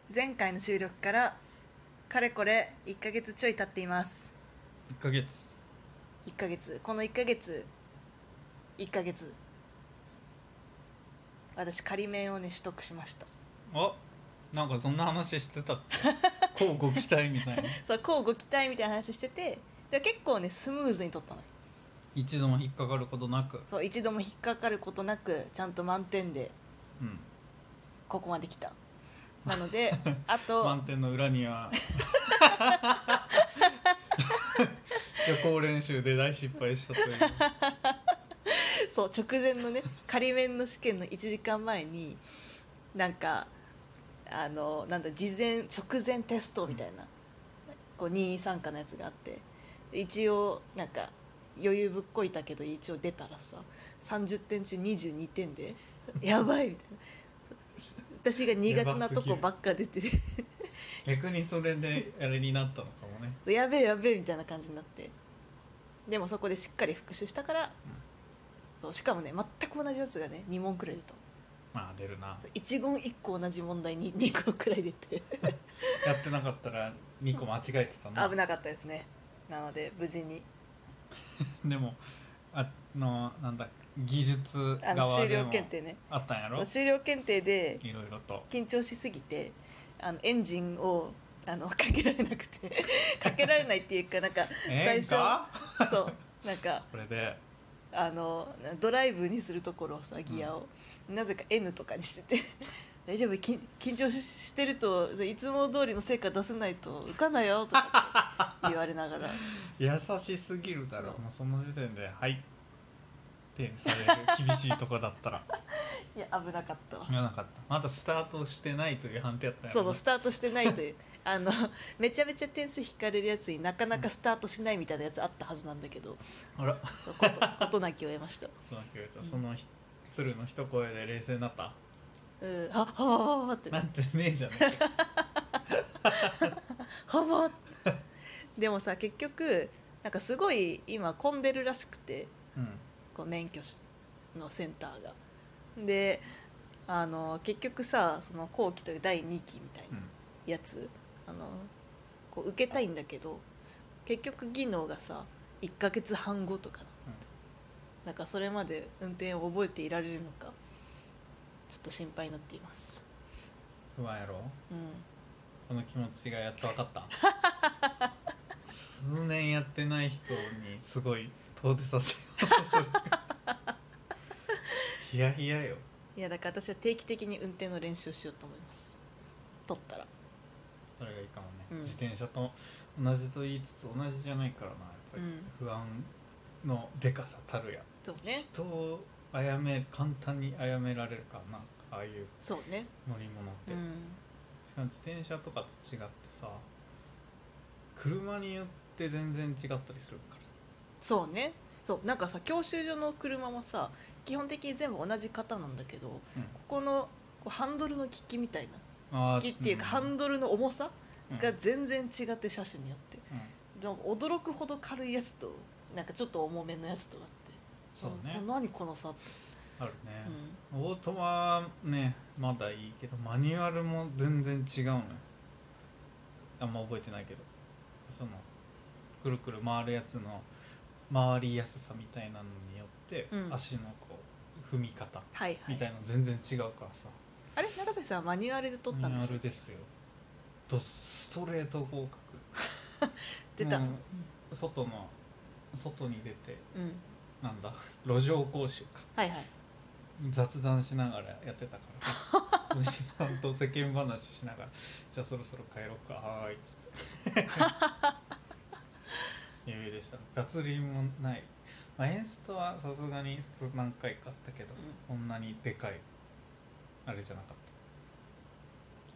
前回の収録からかれこれ1ヶ月ちょい経っています。 1ヶ月。 1ヶ月、この1ヶ月私仮免をね取得しました。 あ、なんかそんな話してたっけ？こうご期待みたいな。 そうこうご期待みたいな話してて、で結構ねスムーズに取ったの。 一度も引っかかることなく。 そう一度も引っかかることなくちゃんと満点でうん。 ここまで来た。なのであと満点の裏には予行練習で大失敗したという。 そう直前のね仮免の試験の1時間前になんかなんだ直前テストみたいな、こう任意参加のやつがあって、一応なんか余裕ぶっこいたけど一応出たらさ30点中22点でやばいみたいな、私が苦手なとこばっか出て逆にそれであれになったのかもね。 やべえやべえみたいな感じになって、でもそこでしっかり復習したから、そうしかもね全く同じやつがね2問くらい出た。 まあ出るな。 一言一個同じ問題に2個くらい出てやってなかったら2個間違えてたな。 危なかったですね。なので無事にでもなんだ、技術側修了でも検定ね、 あったんやろ。 修了検定でいろいろと。 緊張しすぎてエンジンをかけられなくてかけられないっていうかなんか最初そうなんかこれでドライブにするところをさギアを、なぜか N とかにしてて大丈夫緊張してるといつも通りの成果出せないと受かんないよとかって言われながら優しすぎるだろ。もうその時点ではいってされる厳しいとこだったらいや危なかったわ。 いやなかった。まだスタートしてないという判定やったんやろ。 そうスタートしてないというめちゃめちゃ点数引かれるやつになかなかスタートしないみたいなやつあったはずなんだけど、 あらそうことなきを得ました。 その鶴の一声で冷静になった。 はってなんてねえじゃねえか。 はでもさ結局なんかすごい今混んでるらしくて、こう免許のセンターがで結局さその後期という第2期みたいなやつ、こう受けたいんだけど結局技能がさ1ヶ月半後とかなんかそれまで運転を覚えていられるのかちょっと心配になっています。 不安やろ。 うんこの気持ちがやっと分かった数年やってない人にすごい遠出させようとするヒヤヒヤよ。 いやだから私は定期的に運転の練習をしようと思います。取ったらそれがいいかもね、 自転車と同じと言いつつ同じじゃないからな。やっぱり不安のでかさたるや。 そうね人を簡単に殺められるからな、ああいうそうね乗り物って、しかも自転車とかと違ってさ車によって全然違ったりするから。 そうねそうなんかさ教習所の車もさ基本的に全部同じ型なんだけど、ここのハンドルの利きみたいな利きっていうか、ハンドルの重さが全然違って車種によって、でも驚くほど軽いやつとなんかちょっと重めのやつとかあって、 そうね、 何この差ってあるね、オートマはねまだいいけどマニュアルも全然違うのよ。あんま覚えてないけどそのくるくる回るやつの回りやすさみたいなのによって、足のこう踏み方みたいなの全然違うからさ。 あれ長崎さんはマニュアルで撮ったんですか？ マニュアルですよ。ストレート合格出た。 外に出て、なんだ路上講習か、雑談しながらやってたからおじさんと世間話しながらじゃあそろそろ帰ろうかはーいっつって余裕でした。脱輪もない、エンストはさすがに何回かあったけど、こんなにでかいあれじゃなかった。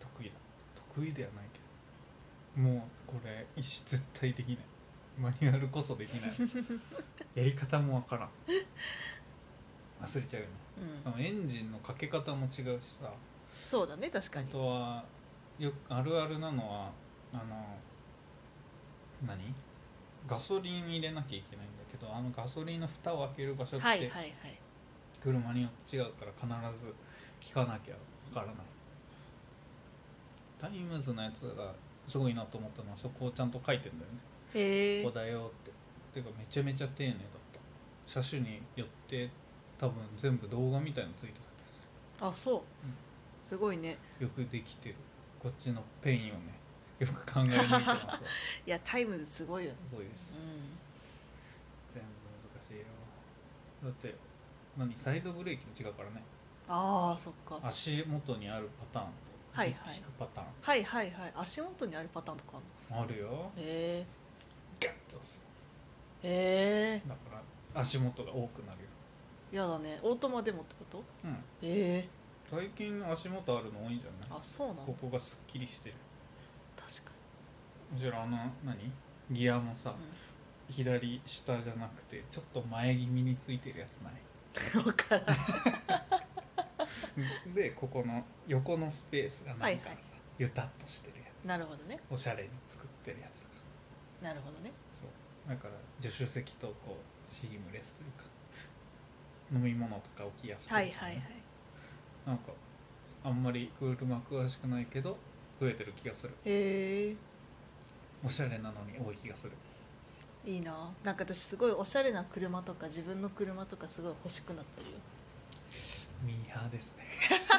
得意ではないけど、もうこれ絶対できない。マニュアルこそできないやり方もわからん、忘れちゃうよね、エンジンのかけ方も違うしさ。 そうだね確かに。 あとはよくあるあるなのはガソリン入れなきゃいけないんだけど、ガソリンの蓋を開ける場所って車によって違うから必ず聞かなきゃわからない。 タイムズのやつがすごいなと思ったのはそこをちゃんと書いてんだよね。 へえ。 ここだよって。てかめちゃめちゃ丁寧だった。車種によって多分全部動画みたいのついてた気がする。あ、そう、すごいね。 よくできてる。こっちのペインをねよく考え抜いてますわ。 いやタイムズすごいよね。 すごいです、全部難しいよ。だってサイドブレーキも違うからね。 ああそっか。 足元にあるパターンとはいはい引くパターン、 はいはいはい。足元にあるパターンとかあるよ。 へえ。 ガッと押す。 へえ。 だから足元が多くなるよ。 やだね。オートマでもってこと？ うん。 ええ。 最近足元あるの多いんじゃない？ あ、そうなの。 ここがすっきりしてる。 確かもちろんギアもさ、 に。 左下じゃなくてちょっと前気味についてるやつない？ 分からん。 でここの横のスペースがないからさ、ゆたっとしてるやつ。 なるほどね。 おしゃれに作ってるやつとか。 なるほどね。 そうだから助手席とこうシームレスというか飲み物とか置きやすい、 はいはいはい。 なんかあんまり車詳しくないけど増えてる気がする。 へえ。 おしゃれなのに多い気がする。 いいな。なんか私すごいおしゃれな車とか自分の車とかすごい欲しくなってるよ。 ミーハーですね。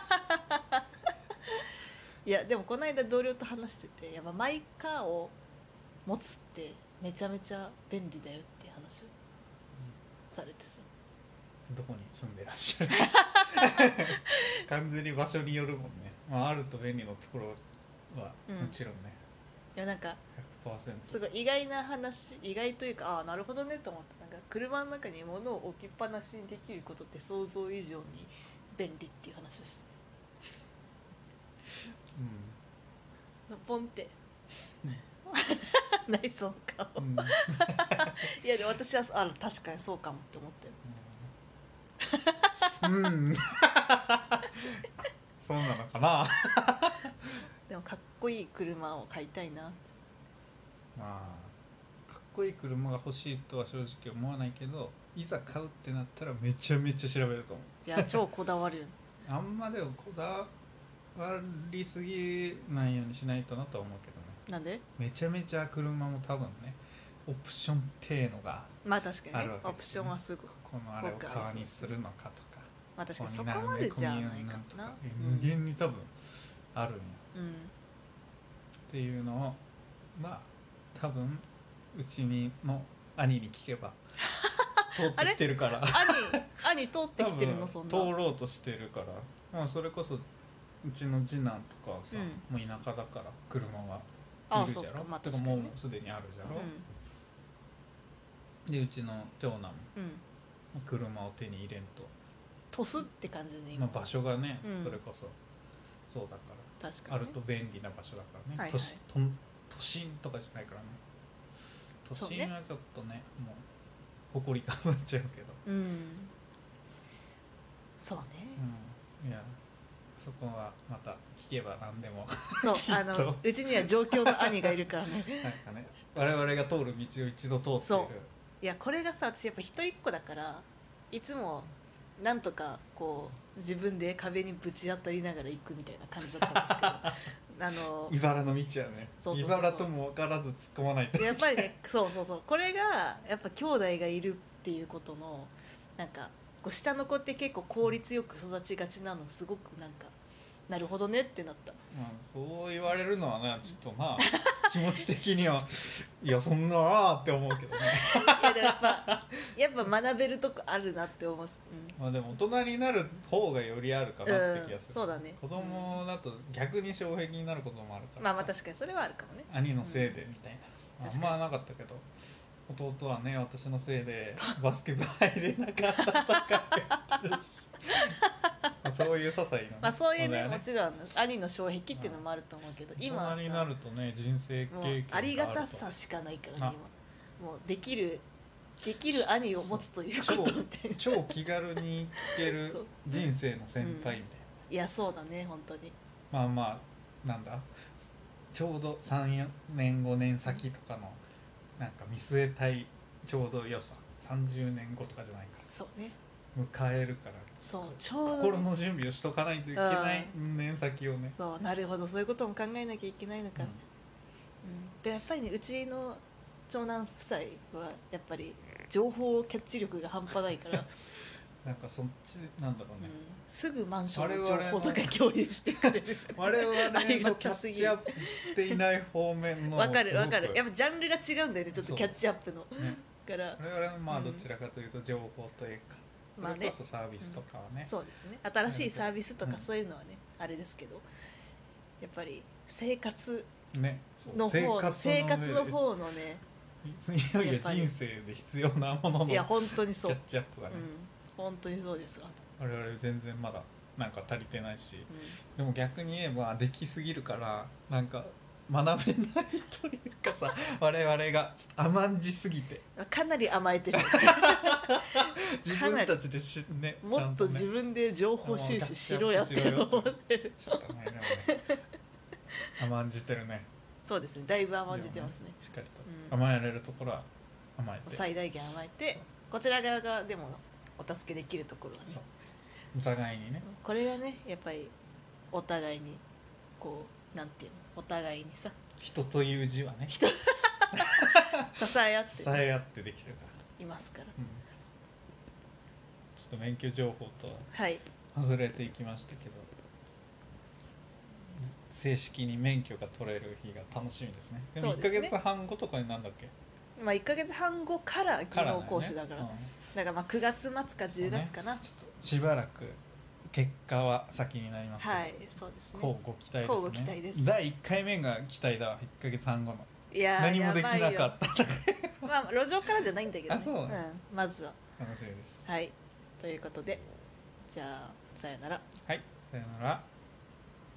いやでもこの間同僚と話してて、やっぱマイカーを持つってめちゃめちゃ便利だよっていう話をされてさ。 どこに住んでらっしゃる？完全に場所によるもんね。まあ、あると便利なところはもちろんね、 いやなんか 100%。 すごい意外な話、意外というか、ああなるほどねと思って、なんか車の中に物を置きっぱなしにできることって想像以上に便利っていう話をしてて、ポンってないその顔、いやでも私は確かにそうかもって思ったよ。 そうなのかな。 でもかっこいい車を買いたいな。 まあかっこいい車が欲しいとは正直思わないけど、いざ買うってなったらめちゃめちゃ調べると思う。 いや超こだわるよね。 あんまでもこだわりすぎないようにしないとなとは思うけどね。 なんで？ めちゃめちゃ車も多分ねオプションっていうのがまあ確かにね、オプあるわけですよね。 ションはすぐ。 このあれを革にするのかとか、 まあ確かにそこまでじゃないかもな。 無限に多分あるんや、 うん、 っていうのをまあ多分うちの兄に聞けば通ってきてるから兄通ってきてるの？そんな通ろうとしてるから、まあ、それこそうちの次男とかはさ、もう田舎だから車はいるじゃろ。 まあてかもうすでにあるじゃろ、でうちの長男も車を手に入れんととすって感じで今、まあ、場所がね、 それこそそうだから確かに、 あると便利な場所だからね、都心とかじゃないからね。都心はちょっとねもう埃かぶっちゃうけど、 そうね、 いやそこはまた聞けば何でもそううちには上京の兄がいるからねなんかね我々が通る道を一度通っている。 いやこれがさ、私やっぱ一人っ子だからいつもなんとかこう自分で壁にぶち当たりながら行くみたいな感じだったんですけど茨の道はね、茨とも分からず突っ込まないとやっぱりね、そうこれがやっぱ兄弟がいるっていうことのなんかこう下の子って結構効率よく育ちがちなの、すごくなんかなるほどねってなった。 そう言われるのはねちょっとな気持ち的にはいやそんななーって思うけどねいやでもやっぱ学べるとこあるなって思う、 まあでも大人になる方がよりあるかなって気がする、 そうだね。 子供だと逆に障壁になることもあるからまあ確かにそれはあるかもね。 兄のせいでみたいな、あんまなかったけど弟はね私のせいでバスケ部入れなかったとか言ってるしそういう些細な、 まあそういうね、もちろん兄の障壁っていうのもあると思うけど、今はさ大人になるとね人生経験ありがたさしかないからね今。もうできる兄を持つということみたいな超気軽に聞ける人生の先輩みたいな、 いやそうだね本当に。 まあなんだちょうど3年5年先とかのなんか見据えたいちょうど良さ、30年後とかじゃないからそうね、 迎えるから、 そうちょうど、ね、 心の準備をしとかないといけない年先をね。 そうなるほど、そういうことも考えなきゃいけないのかって、でやっぱりね、うちの長男夫妻はやっぱり情報キャッチ力が半端ないからなんかそっちなんだろうね、 すぐマンションの情報とか共有してくれる我々のキャッチアップしていない方面のわかるわかる、やっぱジャンルが違うんだよね、ちょっとキャッチアップの、 ね、 から我々はまあどちらかというと情報というか、 まあね、 それこそサービスとかはね、 そうですね、新しいサービスとかそういうのはね、あれですけど、やっぱり生活の方の、生活の方のね、 いよいよ人生で必要なもののキャッチアップがね、 本当にそうですわ。 我々全然まだなんか足りてないし、でも逆に言えばできすぎるからなんか学べないというかさ、我々が甘んじすぎてかなり甘えてる自分たちでね、 もっと自分で情報収集しろやって思ってる。 ちょっとね、でもね甘んじてるね。 そうですね、だいぶ甘んじてますね。 しっかりと甘えられるところは甘えて、 最大限甘えて、こちら側がでもお助けできるところはね、 お互いにね、 これがねやっぱりお互いにこうなんていうの、お互いにさ、 人という字はね、 支え合って、 支え合ってできてるからいますから、 ちょっと免許情報とは外れていきましたけど、正式に免許が取れる日が楽しみですね。でも1ヶ月半後とかになんだっけ、 まあ1ヶ月半後から技能講師だから、だからまあ9月末か10月かな、 ちょっとしばらく結果は先になりますけど、 はい、そうですね、 乞うご期待ですね。 乞うご期待です。 第1回目が期待だわ、1ヶ月半後の。 いや何もできなかったまあ路上からじゃないんだけどね、 あ、そう、 まずは楽しみです。 はい、ということで、じゃあさよなら。 はい、さよなら。